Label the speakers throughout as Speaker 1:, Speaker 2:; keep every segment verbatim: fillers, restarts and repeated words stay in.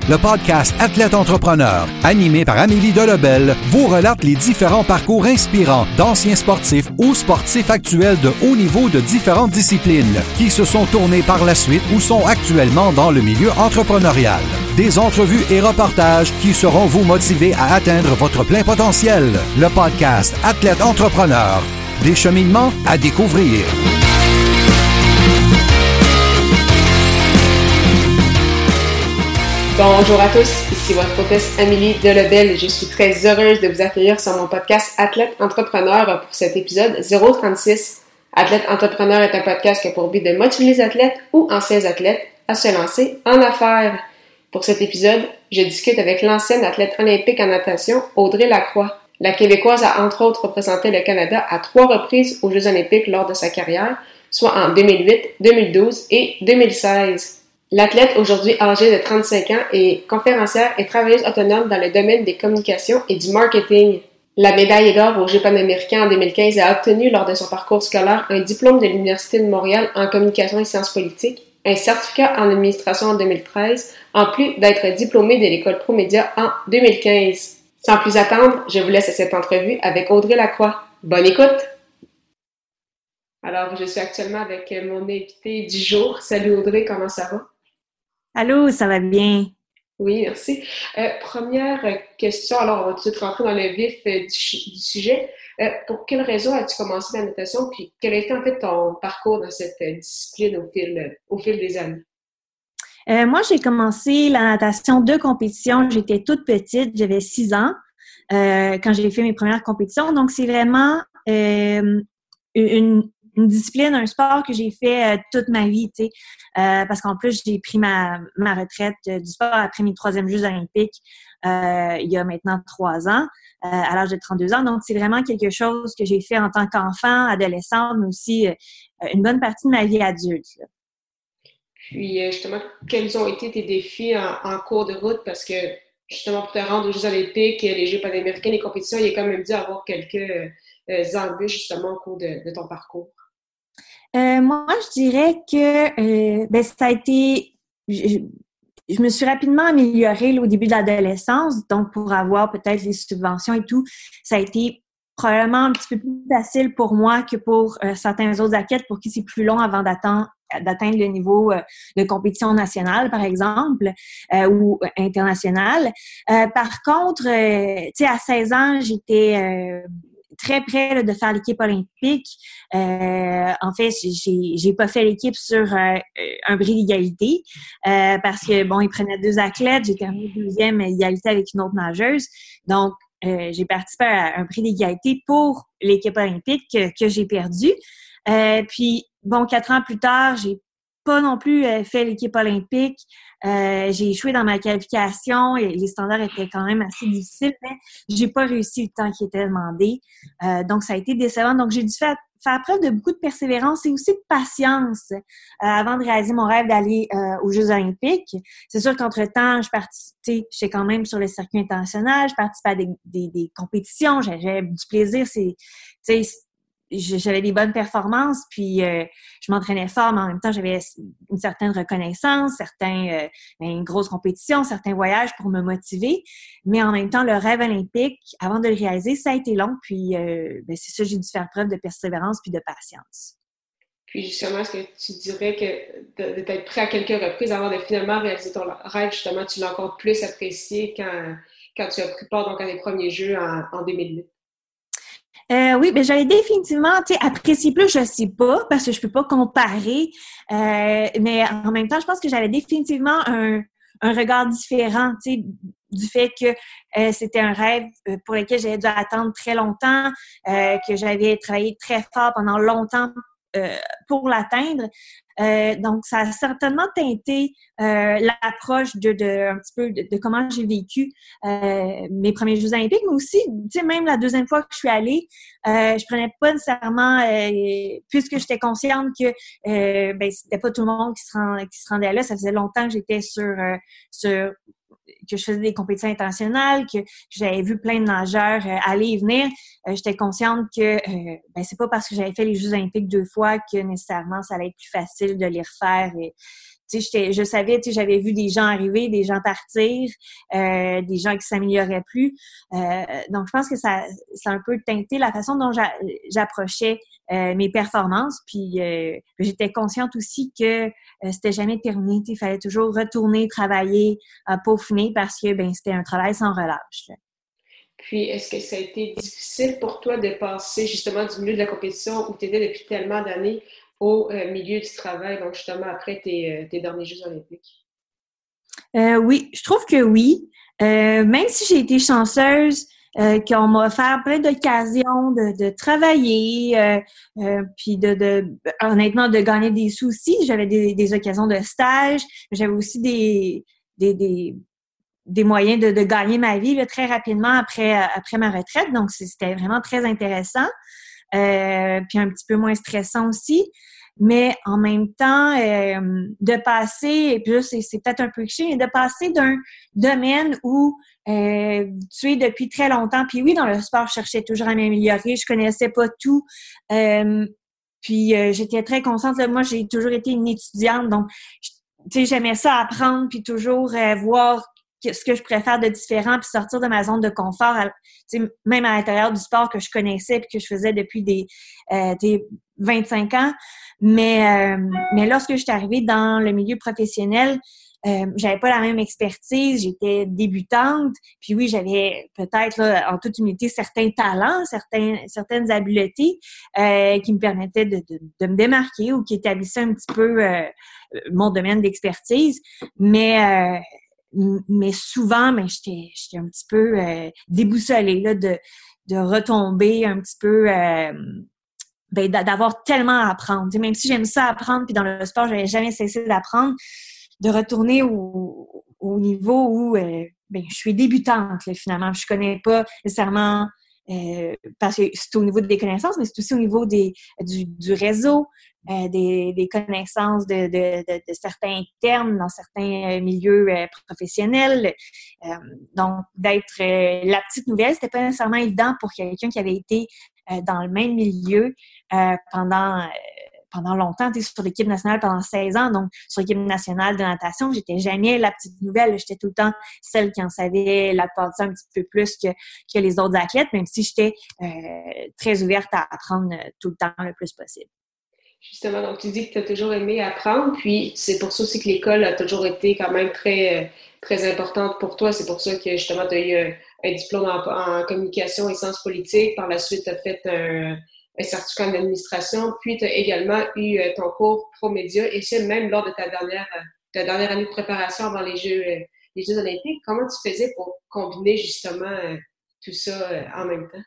Speaker 1: Le podcast Athlète Entrepreneur, animé par Amélie Delebel, vous relate les différents parcours inspirants d'anciens sportifs ou sportifs actuels de haut niveau de différentes disciplines qui se sont tournés par la suite ou sont actuellement dans le milieu entrepreneurial. Des entrevues et reportages qui sauront vous motiver à atteindre votre plein potentiel. Le podcast Athlète Entrepreneur, des cheminements à découvrir.
Speaker 2: Bonjour à tous, ici votre hôtesse Amélie Delebel. Je suis très heureuse de vous accueillir sur mon podcast Athlète Entrepreneur pour cet épisode zéro trente-six. Athlète Entrepreneur est un podcast qui a pour but de motiver les athlètes ou anciens athlètes à se lancer en affaires. Pour cet épisode, je discute avec l'ancienne athlète olympique en natation, Audrey Lacroix. La Québécoise a entre autres représenté le Canada à trois reprises aux Jeux olympiques lors de sa carrière, soit en deux mille huit, deux mille douze et deux mille seize. L'athlète, aujourd'hui âgée de trente-cinq ans, est conférencière et travailleuse autonome dans le domaine des communications et du marketing. La médaille d'or aux Jeux panaméricains en deux mille quinze a obtenu lors de son parcours scolaire un diplôme de l'Université de Montréal en communication et sciences politiques, un certificat en administration en deux mille treize, en plus d'être diplômée de l'école ProMédia en deux mille quinze. Sans plus attendre, je vous laisse à cette entrevue avec Audrey Lacroix. Bonne écoute! Alors, je suis actuellement avec mon invité du jour. Salut Audrey, comment ça va?
Speaker 3: Allô, ça va bien?
Speaker 2: Oui, merci. Euh, première question, alors on va tout de suite rentrer dans le vif euh, du, du sujet. Euh, pour quelle raison as-tu commencé la natation, puis quel a été en fait ton parcours dans cette euh, discipline au fil, euh, au fil des années?
Speaker 3: Euh, moi, j'ai commencé la natation de compétition. J'étais toute petite, j'avais six ans euh, quand j'ai fait mes premières compétitions. Donc, c'est vraiment euh, une une discipline, un sport que j'ai fait euh, toute ma vie, tu sais, euh, parce qu'en plus, j'ai pris ma, ma retraite euh, du sport après mes troisièmes Jeux olympiques euh, il y a maintenant trois ans, euh, à l'âge de trente-deux ans. Donc, c'est vraiment quelque chose que j'ai fait en tant qu'enfant, adolescente, mais aussi euh, une bonne partie de ma vie adulte, là.
Speaker 2: Puis, euh, justement, quels ont été tes défis en, en cours de route? Parce que, justement, pour te rendre aux Jeux olympiques, les Jeux panaméricains, les compétitions, il y a quand même dû avoir quelques euh, embûches, justement, au cours de, de ton parcours.
Speaker 3: Euh, moi, je dirais que euh, ben, ça a été... Je, je me suis rapidement améliorée là, au début de l'adolescence, donc pour avoir peut-être les subventions et tout, ça a été probablement un petit peu plus facile pour moi que pour euh, certains autres athlètes pour qui c'est plus long avant d'atteindre, d'atteindre le niveau euh, de compétition nationale, par exemple, euh, ou internationale. Euh, par contre, euh, tu sais, à seize ans, j'étais... Euh, très près là, de faire l'équipe olympique. Euh, en fait, j'ai j'ai pas fait l'équipe sur euh, un bris d'égalité euh, parce que, bon, ils prenaient deux athlètes. J'ai terminé deuxième à égalité avec une autre nageuse. Donc, euh, j'ai participé à un prix d'égalité pour l'équipe olympique que, que j'ai perdu. Euh, puis, bon, quatre ans plus tard, j'ai pas non plus euh, fait l'équipe olympique. Euh, j'ai échoué dans ma qualification et les standards étaient quand même assez difficiles, mais j'ai pas réussi le temps qui était demandé. Euh, donc, ça a été décevant. Donc, j'ai dû faire, faire preuve de beaucoup de persévérance et aussi de patience euh, avant de réaliser mon rêve d'aller euh, aux Jeux olympiques. C'est sûr qu'entre-temps, je participais, j'étais quand même sur le circuit international, je participais à des, des, des compétitions, j'avais du plaisir. C'est, tu sais, j'avais des bonnes performances, puis euh, je m'entraînais fort, mais en même temps, j'avais une certaine reconnaissance, certains, euh, une grosse compétition, certains voyages pour me motiver. Mais en même temps, le rêve olympique, avant de le réaliser, ça a été long, puis euh, ben, c'est ça, j'ai dû faire preuve de persévérance puis de patience.
Speaker 2: Puis justement, est-ce que tu dirais que de, d'être prêt à quelques reprises avant de finalement réaliser ton rêve, justement, tu l'as encore plus apprécié quand, quand tu as pris part donc, à tes premiers Jeux en, en deux mille huit?
Speaker 3: Euh, oui, ben j'avais définitivement, tu sais, apprécié plus, je sais pas, parce que je peux pas comparer, euh, mais en même temps, je pense que j'avais définitivement un, un regard différent, tu sais, du fait que euh, c'était un rêve pour lequel j'avais dû attendre très longtemps, euh, que j'avais travaillé très fort pendant longtemps euh, pour l'atteindre. Euh, donc, ça a certainement teinté euh, l'approche de, de un petit peu de, de comment j'ai vécu euh, mes premiers Jeux olympiques, mais aussi, tu sais, même la deuxième fois que je suis allée, euh, je prenais pas nécessairement, euh, puisque j'étais consciente que euh, ben c'était pas tout le monde qui se, rend, qui se rendait là. Ça faisait longtemps que j'étais sur euh, sur que je faisais des compétitions internationales, que j'avais vu plein de nageurs euh, aller et venir, euh, j'étais consciente que euh, ben, c'est pas parce que j'avais fait les Jeux olympiques deux fois que nécessairement ça allait être plus facile de les refaire. Et, tu tu sais, je savais, tu sais, j'avais vu des gens arriver, des gens partir, euh, des gens qui s'amélioraient plus. Euh, donc, je pense que ça, ça a un peu teinté la façon dont j'a, j'approchais euh, mes performances. Puis, euh, j'étais consciente aussi que euh, c'était jamais terminé. Il fallait toujours retourner travailler, euh, peaufiner parce que ben c'était un travail sans relâche, là.
Speaker 2: Puis, est-ce que ça a été difficile pour toi de passer justement du milieu de la compétition où tu étais depuis tellement d'années au euh, milieu du travail, donc justement après tes, euh, tes derniers Jeux olympiques?
Speaker 3: Euh, oui, je trouve que oui. Euh, même si j'ai été chanceuse, euh, qu'on m'a offert plein d'occasions de, de travailler, euh, euh, puis de, de, honnêtement, de gagner des sous aussi. J'avais des, des occasions de stage, j'avais aussi des, des, des, des moyens de, de gagner ma vie là, très rapidement après, après ma retraite. Donc, c'était vraiment très intéressant. Euh, puis un petit peu moins stressant aussi. Mais en même temps, euh, de passer, et puis là, c'est, c'est peut-être un peu cliché, mais de passer d'un domaine où euh, tu es depuis très longtemps, puis oui, dans le sport, je cherchais toujours à m'améliorer, je connaissais pas tout, euh, puis euh, j'étais très consciente, là, moi, j'ai toujours été une étudiante, donc, tu sais, j'aimais ça apprendre, puis toujours euh, voir ce que je préfère de différent, puis sortir de ma zone de confort, à, même à l'intérieur du sport que je connaissais puis que je faisais depuis des, euh, des vingt-cinq ans. Mais, euh, mais lorsque je suis arrivée dans le milieu professionnel, euh, j'avais pas la même expertise, j'étais débutante, puis oui, j'avais peut-être, là, en toute humilité, certains talents, certains, certaines habiletés euh, qui me permettaient de, de, de me démarquer ou qui établissaient un petit peu euh, mon domaine d'expertise, mais... Euh, mais souvent, mais j'étais, j'étais un petit peu euh, déboussolée là, de, de retomber un petit peu, euh, ben, d'avoir tellement à apprendre. T'sais, même si j'aime ça apprendre, puis dans le sport, j'avais jamais cessé d'apprendre, de retourner au, au niveau où euh, ben, je suis débutante, là, finalement. Je connais pas nécessairement... Euh, parce que c'est au niveau des connaissances, mais c'est aussi au niveau des, du, du réseau, euh, des, des connaissances de, de, de, de certains termes dans certains milieux euh, professionnels. Euh, donc, d'être euh, la petite nouvelle, c'était pas nécessairement évident pour quelqu'un qui avait été euh, dans le même milieu euh, pendant... Euh, pendant longtemps, tu sais, sur l'équipe nationale pendant seize ans, donc sur l'équipe nationale de natation, j'étais jamais la petite nouvelle, j'étais tout le temps celle qui en savait la plupart du temps un petit peu plus que, que les autres athlètes, même si j'étais euh, très ouverte à apprendre tout le temps le plus possible.
Speaker 2: Justement, donc tu dis que tu as toujours aimé apprendre, puis c'est pour ça aussi que l'école a toujours été quand même très, très importante pour toi. C'est pour ça que justement tu as eu un, un diplôme en, en communication et sciences politiques. Par la suite, tu as fait un un certificat d'administration, puis tu as également eu euh, ton cours pro-média, et ce, même lors de ta dernière, euh, ta dernière année de préparation avant les Jeux, euh, les Jeux olympiques. Comment tu faisais pour combiner justement euh, tout ça euh, en même temps?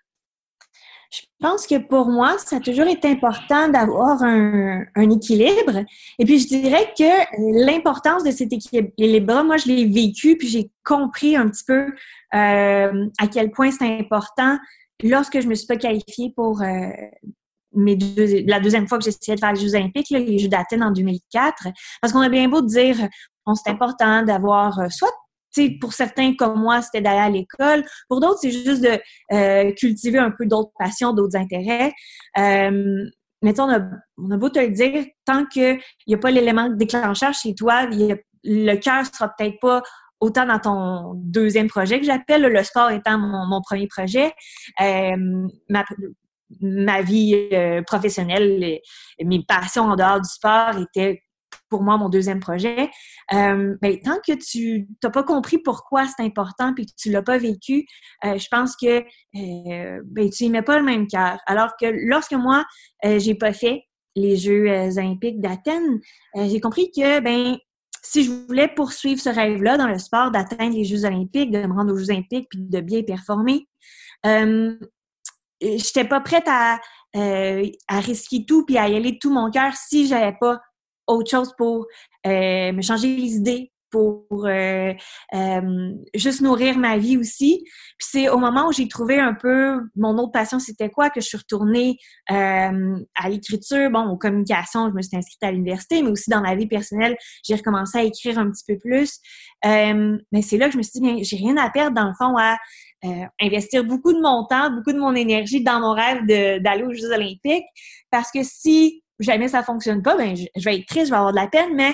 Speaker 3: Je pense que pour moi, ça a toujours été important d'avoir un, un équilibre. Et puis, je dirais que l'importance de cet équilibre, moi, je l'ai vécu, puis j'ai compris un petit peu euh, à quel point c'est important lorsque je me suis pas qualifiée pour euh, mes deux, la deuxième fois que j'essayais de faire les Jeux olympiques, là, les Jeux d'Athènes en deux mille quatre, parce qu'on a bien beau dire, bon, c'est important d'avoir euh, soit, tu sais, pour certains comme moi, c'était d'aller à l'école, pour d'autres, c'est juste de euh, cultiver un peu d'autres passions, d'autres intérêts. Euh, mais on a, on a beau te le dire, tant qu'il n'y a pas l'élément déclencheur chez toi, il y a, le cœur sera peut-être pas autant dans ton deuxième projet que j'appelle, le sport étant mon, mon premier projet. Euh, ma, ma vie euh, professionnelle, les, mes passions en dehors du sport étaient pour moi mon deuxième projet. Euh, ben, tant que tu n'as pas compris pourquoi c'est important puis que tu l'as pas vécu, euh, je pense que euh, ben, tu n'y mets pas le même cœur. Alors que lorsque moi, euh, j'ai pas fait les Jeux olympiques d'Athènes, euh, j'ai compris que ben si je voulais poursuivre ce rêve-là dans le sport, d'atteindre les Jeux olympiques, de me rendre aux Jeux olympiques puis de bien performer, euh, je n'étais pas prête à, euh, à risquer tout puis à y aller de tout mon cœur si j'avais pas autre chose pour euh, me changer les idées, pour euh, euh, juste nourrir ma vie aussi. Puis c'est au moment où j'ai trouvé un peu mon autre passion, c'était quoi, que je suis retournée euh, à l'écriture, bon, aux communications, je me suis inscrite à l'université, mais aussi dans ma vie personnelle, j'ai recommencé à écrire un petit peu plus. Euh, mais c'est là que je me suis dit, bien, j'ai rien à perdre dans le fond à euh, investir beaucoup de mon temps, beaucoup de mon énergie dans mon rêve de, d'aller aux Jeux olympiques, parce que si jamais ça fonctionne pas, ben je, je vais être triste, je vais avoir de la peine, mais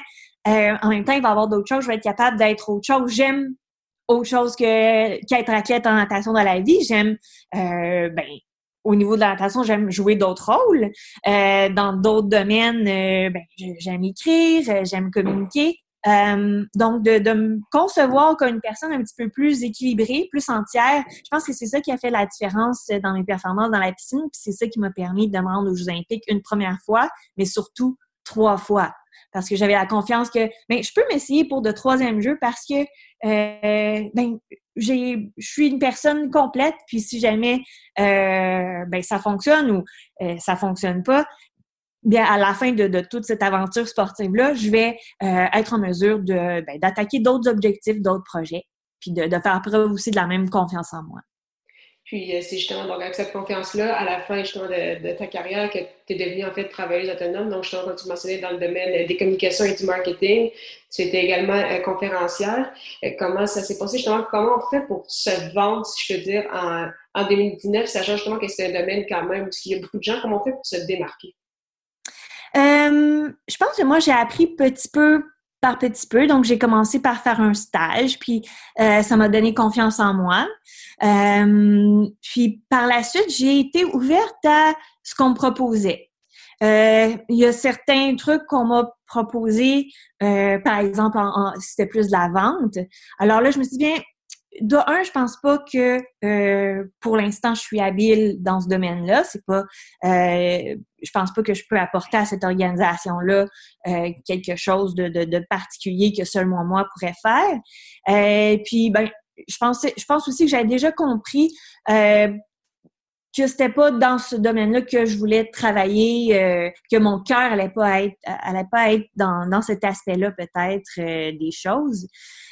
Speaker 3: euh, en même temps, il va y avoir d'autres choses. Je vais être capable d'être autre chose. J'aime autre chose que qu'être athlète en natation dans la vie. J'aime, euh, ben, au niveau de la natation, j'aime jouer d'autres rôles. Euh, dans d'autres domaines, euh, ben, j'aime écrire, j'aime communiquer. Euh, donc, de, de me concevoir comme une personne un petit peu plus équilibrée, plus entière, je pense que c'est ça qui a fait la différence dans mes performances dans la piscine, puis c'est ça qui m'a permis de me rendre aux Jeux olympiques une première fois, mais surtout trois fois. Parce que j'avais la confiance que ben, je peux m'essayer pour de troisième jeu parce que euh, ben, j'ai, je suis une personne complète, puis si jamais euh, ben, ça fonctionne ou euh, ça fonctionne pas, bien, à la fin de, de toute cette aventure sportive-là, je vais euh, être en mesure de, ben, d'attaquer d'autres objectifs, d'autres projets, puis de, de faire preuve aussi de la même confiance en moi.
Speaker 2: Puis, euh, c'est justement donc avec cette confiance-là, à la fin justement de, de ta carrière, que tu es devenue en fait travailleuse autonome. Donc, justement, comme tu mentionnais, dans le domaine des communications et du marketing, tu étais également euh, conférencière. Euh, comment ça s'est passé justement? Comment on fait pour se vendre, si je peux dire, en, en deux mille dix-neuf, sachant justement que c'est un domaine quand même où il y a beaucoup de gens. Comment on fait pour se démarquer?
Speaker 3: Euh, je pense que moi, j'ai appris petit peu par petit peu. Donc, j'ai commencé par faire un stage, puis euh, ça m'a donné confiance en moi. Euh, puis, par la suite, j'ai été ouverte à ce qu'on me proposait. Euh, il y a certains trucs qu'on m'a proposés, euh, par exemple, en, en, c'était plus de la vente. Alors là, je me suis dit, bien, de un, je pense pas que euh, pour l'instant je suis habile dans ce domaine-là. C'est pas, euh, je pense pas que je peux apporter à cette organisation-là euh, quelque chose de, de, de particulier que seulement moi pourrais faire. Euh, puis ben, je pense, je pense aussi que j'avais déjà compris euh, que c'était pas dans ce domaine-là que je voulais travailler, euh, que mon cœur allait pas être, allait pas être dans, dans cet aspect-là peut-être euh, des choses.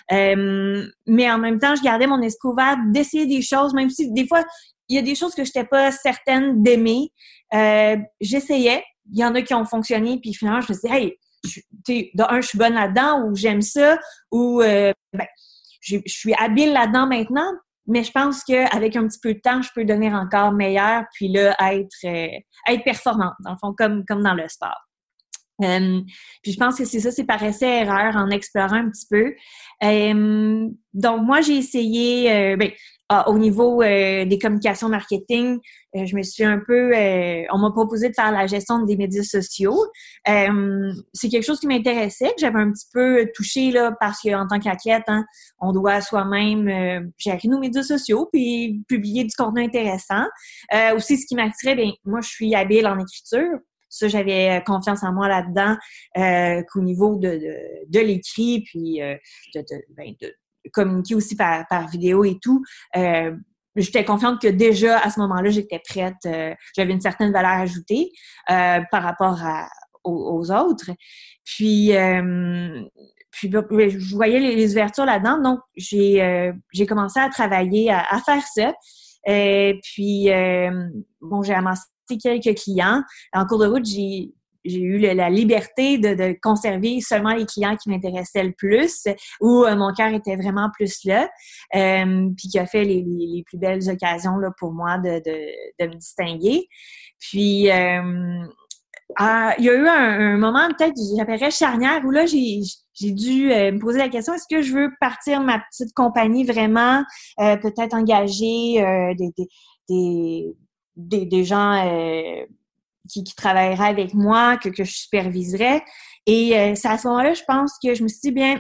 Speaker 3: Euh, mais en même temps, je gardais mon esprit ouvert d'essayer des choses, même si des fois, il y a des choses que je n'étais pas certaine d'aimer. Euh, j'essayais. Il y en a qui ont fonctionné, puis finalement, je me suis dit, hey, je, de un, je suis bonne là-dedans, ou j'aime ça, ou euh, ben, je, je suis habile là-dedans maintenant. Mais je pense qu'avec un petit peu de temps, je peux devenir encore meilleure, puis là, être, euh, être performante, dans le fond, comme, comme dans le sport. Euh, puis je pense que c'est ça, c'est par essai-erreur en explorant un petit peu. Euh, donc, moi, j'ai essayé, euh, ben, ah, au niveau euh, des communications marketing, euh, je me suis un peu... Euh, on m'a proposé de faire la gestion des médias sociaux. Euh, c'est quelque chose qui m'intéressait, que j'avais un petit peu touché là, parce qu'en tant qu'athlète, hein, on doit soi-même euh, gérer nos médias sociaux puis publier du contenu intéressant. Euh, aussi, ce qui m'attirait, bien, moi, je suis habile en écriture. Ça, j'avais confiance en moi là-dedans, euh, qu'au niveau de, de, de l'écrit, puis euh, de, de, ben, de communiquer aussi par, par vidéo et tout. Euh, j'étais confiante que déjà, à ce moment-là, j'étais prête. Euh, j'avais une certaine valeur ajoutée euh, par rapport à, aux, aux autres. Puis, euh, puis je voyais les, les ouvertures là-dedans. Donc, j'ai, euh, j'ai commencé à travailler, à, à faire ça. Et puis, euh, bon, j'ai amassé quelques clients. En cours de route, j'ai, j'ai eu le, la liberté de, de conserver seulement les clients qui m'intéressaient le plus, où euh, mon cœur était vraiment plus là, euh, puis qui a fait les, les, les plus belles occasions là, pour moi de, de, de me distinguer. Puis, euh, ah, il y a eu un, un moment, peut-être, j'appellerais charnière, où là, j'ai, j'ai dû euh, me poser la question, est-ce que je veux partir ma petite compagnie vraiment, euh, peut-être engager euh, des, des, des Des, des gens euh, qui, qui travailleraient avec moi, que, que je superviserais. Et euh, c'est à ce moment-là, je pense que je me suis dit, bien,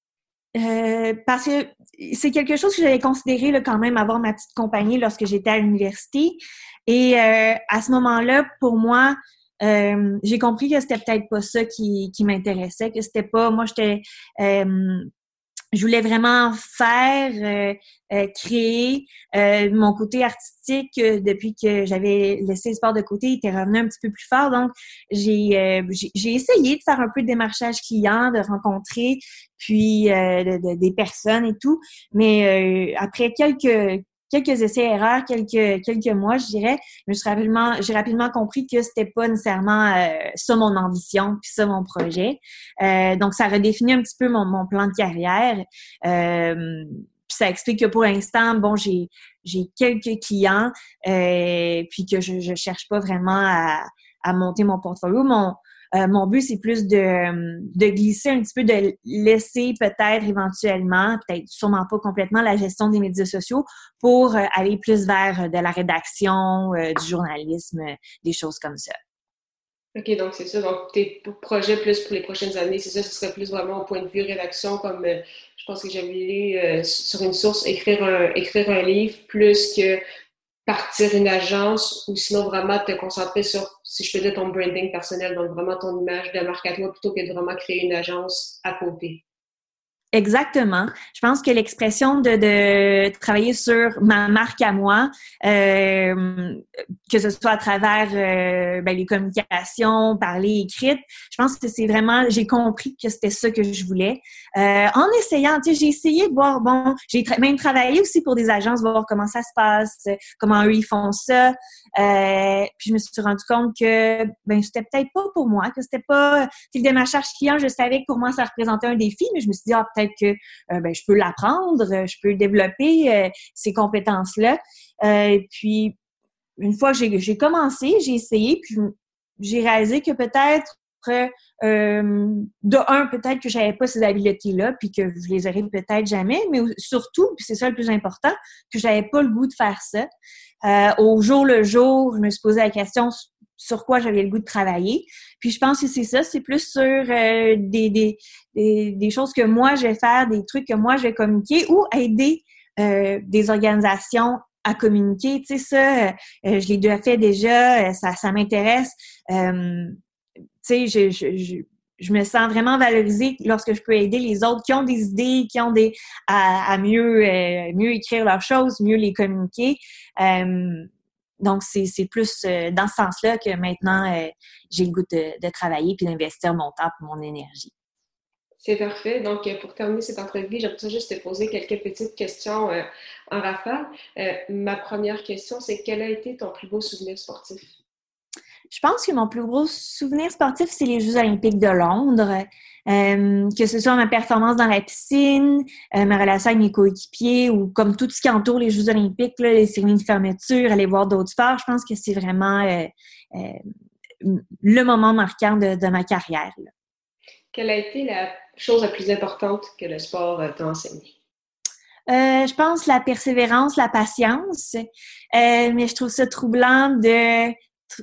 Speaker 3: euh, parce que c'est quelque chose que j'avais considéré là, quand même, avoir ma petite compagnie lorsque j'étais à l'université. Et euh, à ce moment-là, pour moi, euh, j'ai compris que c'était peut-être pas ça qui, qui m'intéressait, que c'était pas... Moi, j'étais... Euh, Je voulais vraiment faire, euh, euh, créer. Euh, mon côté artistique, euh, depuis que j'avais laissé le sport de côté, il était revenu un petit peu plus fort. Donc, j'ai, euh, j'ai, j'ai essayé de faire un peu de démarchage client, de rencontrer puis euh, de, de, des personnes et tout. Mais euh, après quelques quelques essais-erreurs, quelques quelques mois, je dirais, je me suis rapidement, j'ai rapidement compris que c'était pas nécessairement euh, ça mon ambition puis ça mon projet. Euh, donc, ça redéfinit un petit peu mon, mon plan de carrière. Euh, puis ça explique que pour l'instant, bon, j'ai j'ai quelques clients, euh, puis que je je cherche pas vraiment à, à monter mon portfolio. Mon Euh, mon but, c'est plus de, de glisser un petit peu, de laisser peut-être éventuellement, peut-être sûrement pas complètement, la gestion des médias sociaux pour euh, aller plus vers de la rédaction, euh, du journalisme, des choses comme ça.
Speaker 2: OK, donc c'est ça. Donc, tes projets plus pour les prochaines années, c'est ça, ce serait plus vraiment au point de vue rédaction, comme euh, je pense que j'avais lu euh, sur une source, écrire un, écrire un livre, plus que partir une agence, ou sinon vraiment te concentrer sur, si je peux dire, ton branding personnel, donc vraiment ton image de marque à toi, plutôt que de vraiment créer une agence à côté.
Speaker 3: Exactement. Je pense que l'expression de, de travailler sur ma marque à moi, euh, que ce soit à travers euh, ben, les communications, parler, écrites, je pense que c'est vraiment, j'ai compris que c'était ça que je voulais. Euh, en essayant, tu sais, j'ai essayé de voir, bon, j'ai tra- même travaillé aussi pour des agences, voir comment ça se passe, comment eux ils font ça. Euh, puis je me suis rendu compte que ben c'était peut-être pas pour moi, que c'était pas, tu sais, le démarchage client, je savais que pour moi ça représentait un défi, mais je me suis dit ah peut-être que euh, ben je peux l'apprendre, je peux développer euh, ces compétences-là. Euh, puis une fois que j'ai, j'ai commencé, j'ai essayé, puis j'ai réalisé que peut-être euh, de un, peut-être que j'avais pas ces habiletés-là, puis que je les aurais peut-être jamais, mais surtout, puis c'est ça le plus important, que j'avais pas le goût de faire ça. Euh, au jour le jour, je me suis posé la question sur quoi j'avais le goût de travailler. Puis je pense que c'est ça, c'est plus sur euh, des, des, des, des choses que moi je vais faire, des trucs que moi je vais communiquer ou aider euh, des organisations à communiquer. Tu sais, ça, euh, je l'ai déjà fait déjà, ça, ça m'intéresse. Euh, tu sais, je, je, je, je me sens vraiment valorisée lorsque je peux aider les autres qui ont des idées, qui ont des à, à mieux euh, mieux écrire leurs choses, mieux les communiquer. Euh, donc, c'est, c'est plus euh, dans ce sens-là que maintenant, euh, j'ai le goût de, de travailler puis d'investir mon temps et mon énergie.
Speaker 2: C'est parfait. Donc, pour terminer cette entrevue, j'aimerais juste te poser quelques petites questions euh, en rafale. Euh, ma première question, c'est quel a été ton plus beau souvenir sportif?
Speaker 3: Je pense que mon plus gros souvenir sportif, c'est les Jeux olympiques de Londres. Euh, que ce soit ma performance dans la piscine, euh, ma relation avec mes coéquipiers ou comme tout ce qui entoure les Jeux olympiques, là, les cérémonies de fermeture, aller voir d'autres sports, je pense que c'est vraiment euh, euh, le moment marquant de, de ma carrière. Là.
Speaker 2: Quelle a été la chose la plus importante que le sport t'a enseigné?
Speaker 3: Euh, je pense la persévérance, la patience, euh, mais je trouve ça troublant de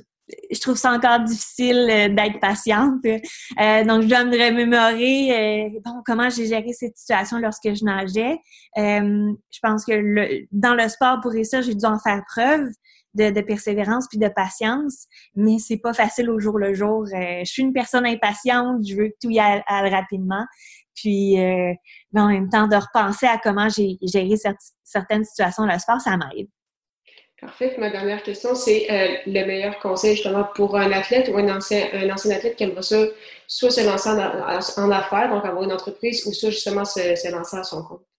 Speaker 3: je trouve ça encore difficile euh, d'être patiente. Euh, donc, je dois me remémorer euh, bon, comment j'ai géré cette situation lorsque je nageais. Euh, je pense que le, dans le sport, pour ça, j'ai dû en faire preuve de, de persévérance puis de patience, mais c'est pas facile au jour le jour. Euh, je suis une personne impatiente, je veux que tout y aille, aille rapidement. Puis, euh, mais en même temps, de repenser à comment j'ai géré certaines situations dans le sport, ça m'aide.
Speaker 2: Parfait. Ma dernière question, c'est euh, le meilleur conseil justement pour un athlète ou un ancien, un ancien athlète qui aimerait ça, soit se lancer en, en affaires, donc avoir une entreprise, ou soit justement se, se lancer à son compte.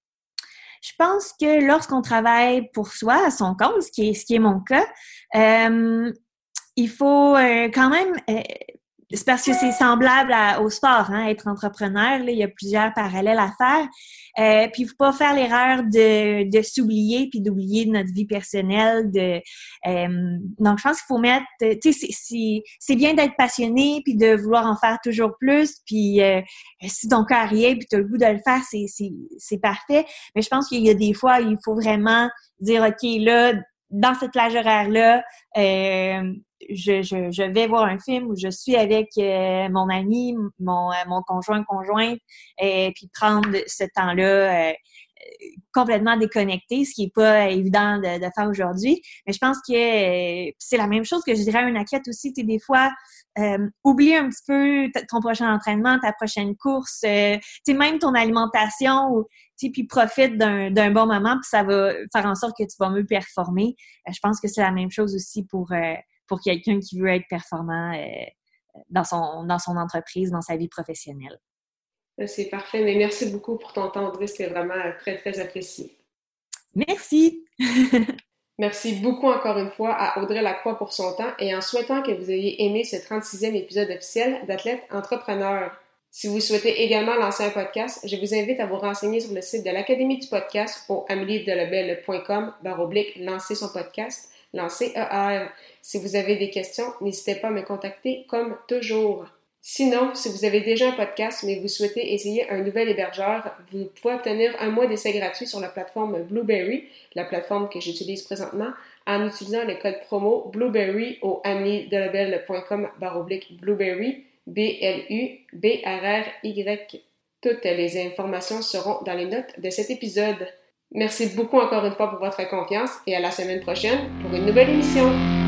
Speaker 3: Je pense que lorsqu'on travaille pour soi, à son compte, ce qui est, ce qui est mon cas, euh, il faut euh, quand même... Euh, c'est parce que c'est semblable à, au sport, hein, être entrepreneur, là, il y a plusieurs parallèles à faire. Euh, puis il faut pas faire l'erreur de, de s'oublier puis d'oublier notre vie personnelle. De, euh, donc je pense qu'il faut mettre, tu sais, c'est, c'est, c'est bien d'être passionné puis de vouloir en faire toujours plus. Puis euh, si ton cœur y est puis tu as le goût de le faire, c'est, c'est, c'est parfait. Mais je pense qu'il y a des fois, il faut vraiment dire, OK, là, dans cette plage horaire-là, euh, Je, je, je vais voir un film où je suis avec euh, mon ami, mon, euh, mon conjoint, conjointe, et puis prendre ce temps-là euh, complètement déconnecté, ce qui est pas évident de, de faire aujourd'hui. Mais je pense que euh, c'est la même chose que je dirais à un athlète aussi. Tu sais, des fois, euh, oublie un petit peu t- ton prochain entraînement, ta prochaine course, euh, tu sais, même ton alimentation, ou, tu sais, puis profite d'un, d'un bon moment, puis ça va faire en sorte que tu vas mieux performer. Euh, je pense que c'est la même chose aussi pour... Euh, pour quelqu'un qui veut être performant euh, dans son, dans son entreprise, dans sa vie professionnelle.
Speaker 2: C'est parfait, mais merci beaucoup pour ton temps, Audrey. C'était vraiment très, très apprécié.
Speaker 3: Merci!
Speaker 2: Merci beaucoup encore une fois à Audrey Lacroix pour son temps et en souhaitant que vous ayez aimé ce trente-sixième épisode officiel d'Athlète Entrepreneur. Si vous souhaitez également lancer un podcast, je vous invite à vous renseigner sur le site de l'Académie du podcast au amélie delobel point com barre oblique lancer son podcast, lancer E R. Si vous avez des questions, n'hésitez pas à me contacter comme toujours. Sinon, si vous avez déjà un podcast mais vous souhaitez essayer un nouvel hébergeur, vous pouvez obtenir un mois d'essai gratuit sur la plateforme Blubrry, la plateforme que j'utilise présentement, en utilisant le code promo Blubrry au ameliedelobel.com baroblique Blubrry, B L U B R R Y. Toutes les informations seront dans les notes de cet épisode. Merci beaucoup encore une fois pour votre confiance et à la semaine prochaine pour une nouvelle émission.